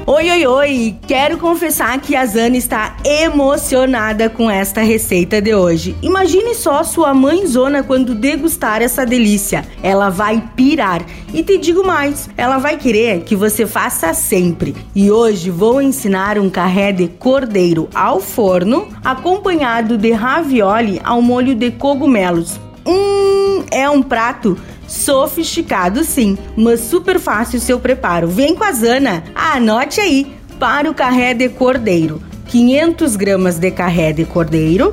Oi, oi, oi! Quero confessar que a Zana está emocionada com esta receita de hoje. Imagine só sua mãezona quando degustar essa delícia. Ela vai pirar. E te digo mais, ela vai querer que você faça sempre. E hoje vou ensinar um carré de cordeiro ao forno, acompanhado de ravioli ao molho de cogumelos. É um prato sofisticado sim, mas super fácil o seu preparo. Vem com a Zana! Anote aí, para o carré de cordeiro: 500 gramas de carré de cordeiro,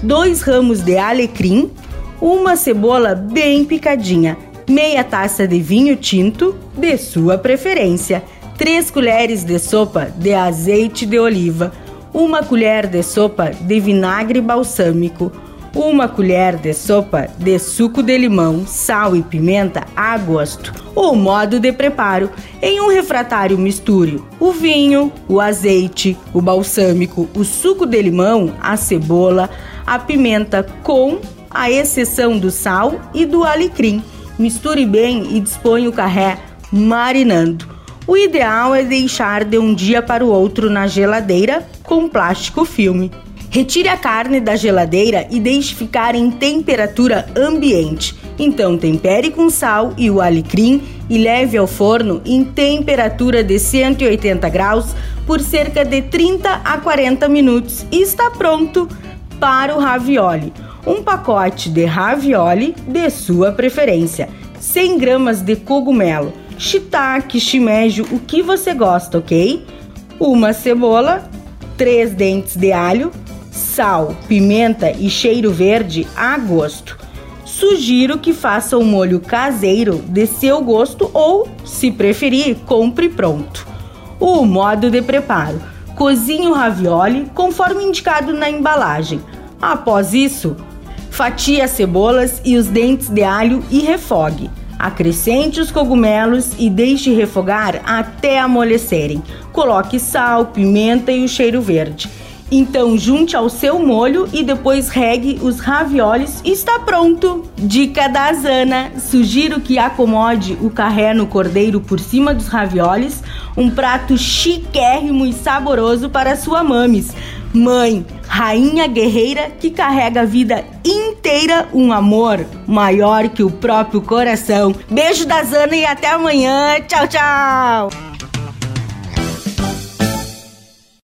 2 ramos de alecrim, uma cebola bem picadinha, meia taça de vinho tinto, de sua preferência, 3 colheres de sopa de azeite de oliva, 1 colher de sopa de vinagre balsâmico, 1 colher de sopa de suco de limão, sal e pimenta a gosto. O modo de preparo: em um refratário misture o vinho, o azeite, o balsâmico, o suco de limão, a cebola, a pimenta com a exceção do sal e do alecrim. Misture bem e disponha o carré marinando. O ideal é deixar de um dia para o outro na geladeira com plástico filme. Retire a carne da geladeira e deixe ficar em temperatura ambiente. Então tempere com sal e o alecrim e leve ao forno em temperatura de 180 graus por cerca de 30 a 40 minutos e está pronto para o ravioli. Um pacote de ravioli de sua preferência, 100 gramas de cogumelo, shiitake, shimeji, o que você gosta, ok? Uma cebola, 3 dentes de alho, sal, pimenta e cheiro verde a gosto. Sugiro que faça um molho caseiro de seu gosto ou, se preferir, compre pronto. O modo de preparo: cozinhe o ravioli conforme indicado na embalagem. Após isso, fatie as cebolas e os dentes de alho e refogue. Acrescente os cogumelos e deixe refogar até amolecerem. Coloque sal, pimenta e o cheiro verde. Então junte ao seu molho e depois regue os raviolis e está pronto! Dica da Zana: sugiro que acomode o carré no cordeiro por cima dos raviolis, um prato chiquérrimo e saboroso para sua mames. Mãe, rainha guerreira que carrega a vida inteira um amor maior que o próprio coração. Beijo da Zana e até amanhã. Tchau, tchau!